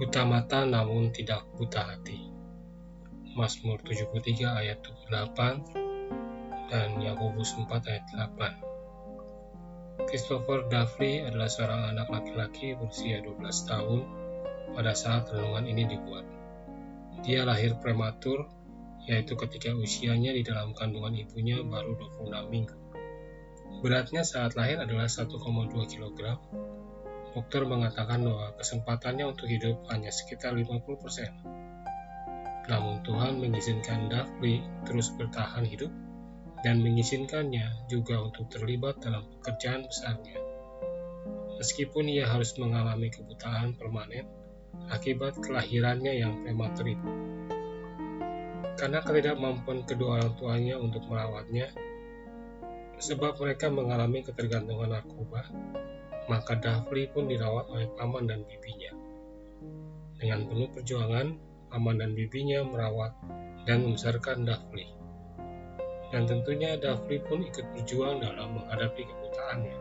buta mata namun tidak buta hati. Mazmur 73 ayat 8 dan Yakobus 4 ayat 8. Christopher Duffy adalah seorang anak laki-laki berusia 12 tahun pada saat renungan ini dibuat. Dia lahir prematur, yaitu ketika usianya di dalam kandungan ibunya baru 26 minggu. Beratnya saat lahir adalah 1,2 kg. Dokter mengatakan bahwa kesempatannya untuk hidup hanya sekitar 50%. Namun Tuhan mengizinkan Duffy terus bertahan hidup dan mengizinkannya juga untuk terlibat dalam pekerjaan besarnya. Meskipun ia harus mengalami kebutaan permanen akibat kelahirannya yang prematur itu. Karena ketidakmampuan kedua orang tuanya untuk merawatnya, sebab mereka mengalami ketergantungan narkoba, maka Duffy pun dirawat oleh paman dan bibinya. Dengan penuh perjuangan, paman dan bibinya merawat dan membesarkan Duffy. Dan tentunya Duffy pun ikut berjuang dalam menghadapi kebutaannya.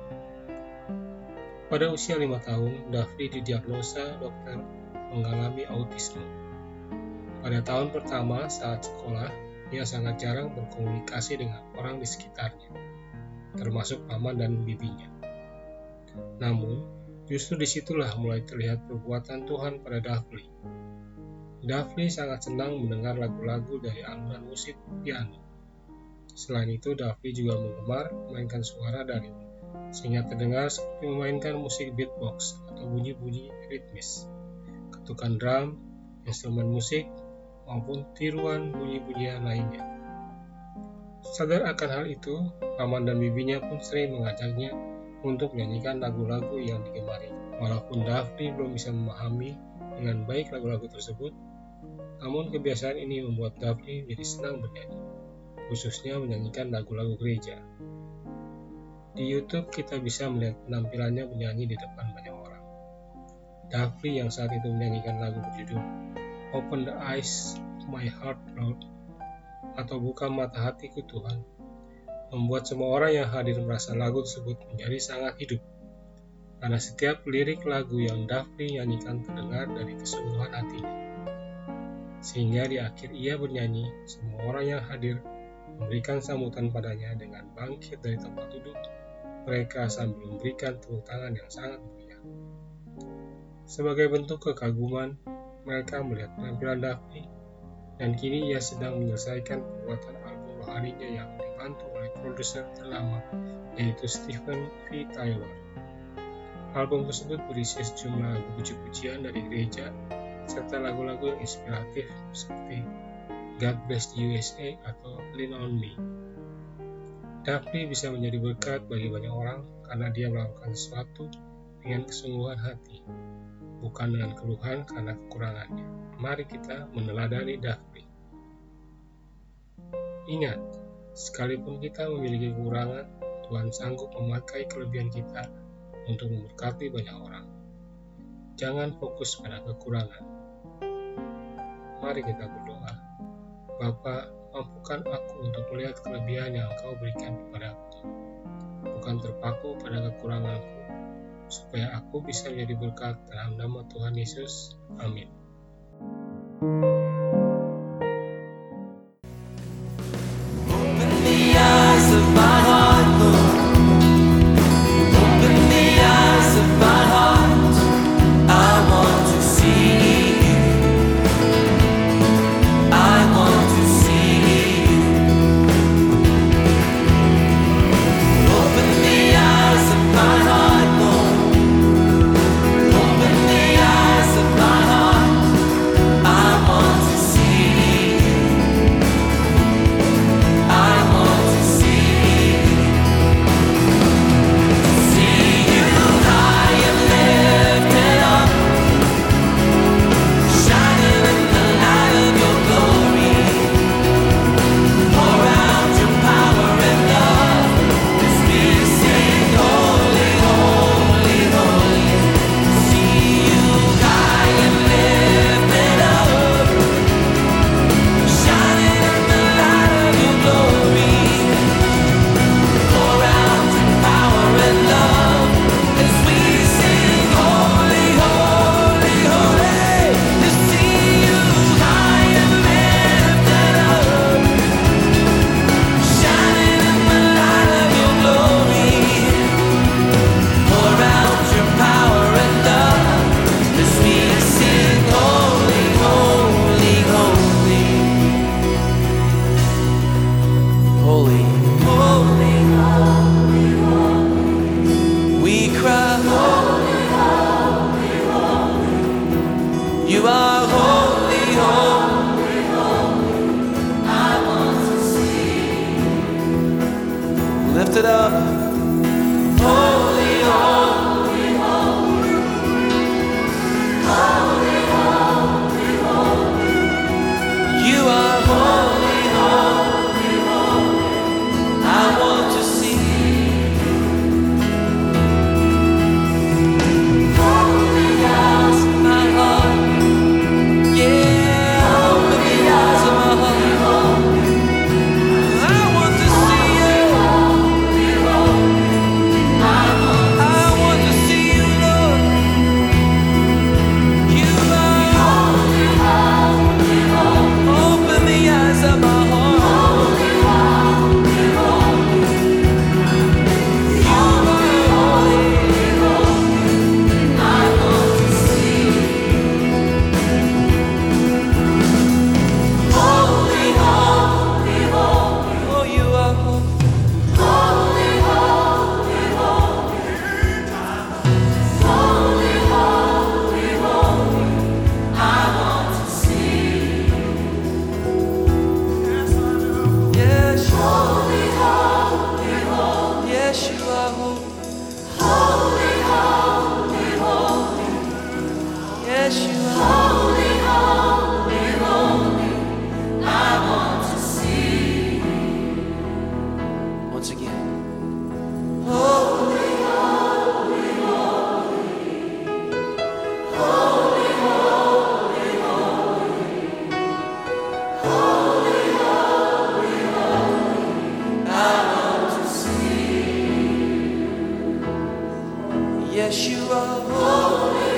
Pada usia 5 tahun, Duffy didiagnosa dokter mengalami autisme. Pada tahun pertama saat sekolah, ia sangat jarang berkomunikasi dengan orang di sekitarnya, termasuk paman dan bibinya. Namun, justru disitulah mulai terlihat perbuatan Tuhan pada Duffy. Duffy sangat senang mendengar lagu-lagu dari alunan musik piano. Selain itu, Duffy juga menggemar memainkan suara dari sehingga terdengar seperti memainkan musik beatbox atau bunyi-bunyi ritmis, ketukan drum, instrumen musik, maupun tiruan bunyi-bunyian lainnya. Sadar akan hal itu, paman dan bibinya pun sering mengajaknya untuk menyanyikan lagu-lagu yang digemari. Walaupun Duffy belum bisa memahami dengan baik lagu-lagu tersebut, namun kebiasaan ini membuat Duffy jadi senang bernyanyi, khususnya menyanyikan lagu-lagu gereja. Di YouTube kita bisa melihat penampilannya menyanyi di depan banyak orang. Duffy yang saat itu menyanyikan lagu berjudul Open the Eyes of My Heart, Lord, atau Buka Mata Hatiku Tuhan, membuat semua orang yang hadir merasa lagu tersebut menjadi sangat hidup. Karena setiap lirik lagu yang Duffy nyanyikan terdengar dari kesungguhan hatinya. Sehingga di akhir ia bernyanyi, semua orang yang hadir memberikan sambutan padanya dengan bangkit dari tempat duduk mereka sambil memberikan tepuk tangan yang sangat meriah. Sebagai bentuk kekaguman, mereka melihat penampilan Duffy, dan kini ia sedang menyelesaikan pembuatan album rohaninya yang dibantu oleh produser terlama, yaitu Stephen V. Taylor. Album tersebut berisi sejumlah lagu puji-pujian dari gereja, serta lagu-lagu yang inspiratif seperti God Bless the USA atau Lean on Me. Duffy bisa menjadi berkat bagi banyak orang karena dia melakukan sesuatu dengan kesungguhan hati, bukan dengan keluhan karena kekurangannya. Mari kita meneladani Duffy. Ingat, sekalipun kita memiliki kekurangan, Tuhan sanggup memakai kelebihan kita untuk memberkati banyak orang. Jangan fokus pada kekurangan. Mari kita berdoa. Bapa, mampukan aku untuk melihat kelebihan yang Engkau berikan kepadaku, bukan terpaku pada kekuranganku, supaya aku bisa menjadi berkat dalam nama Tuhan Yesus. Amin. Yes, you are holy.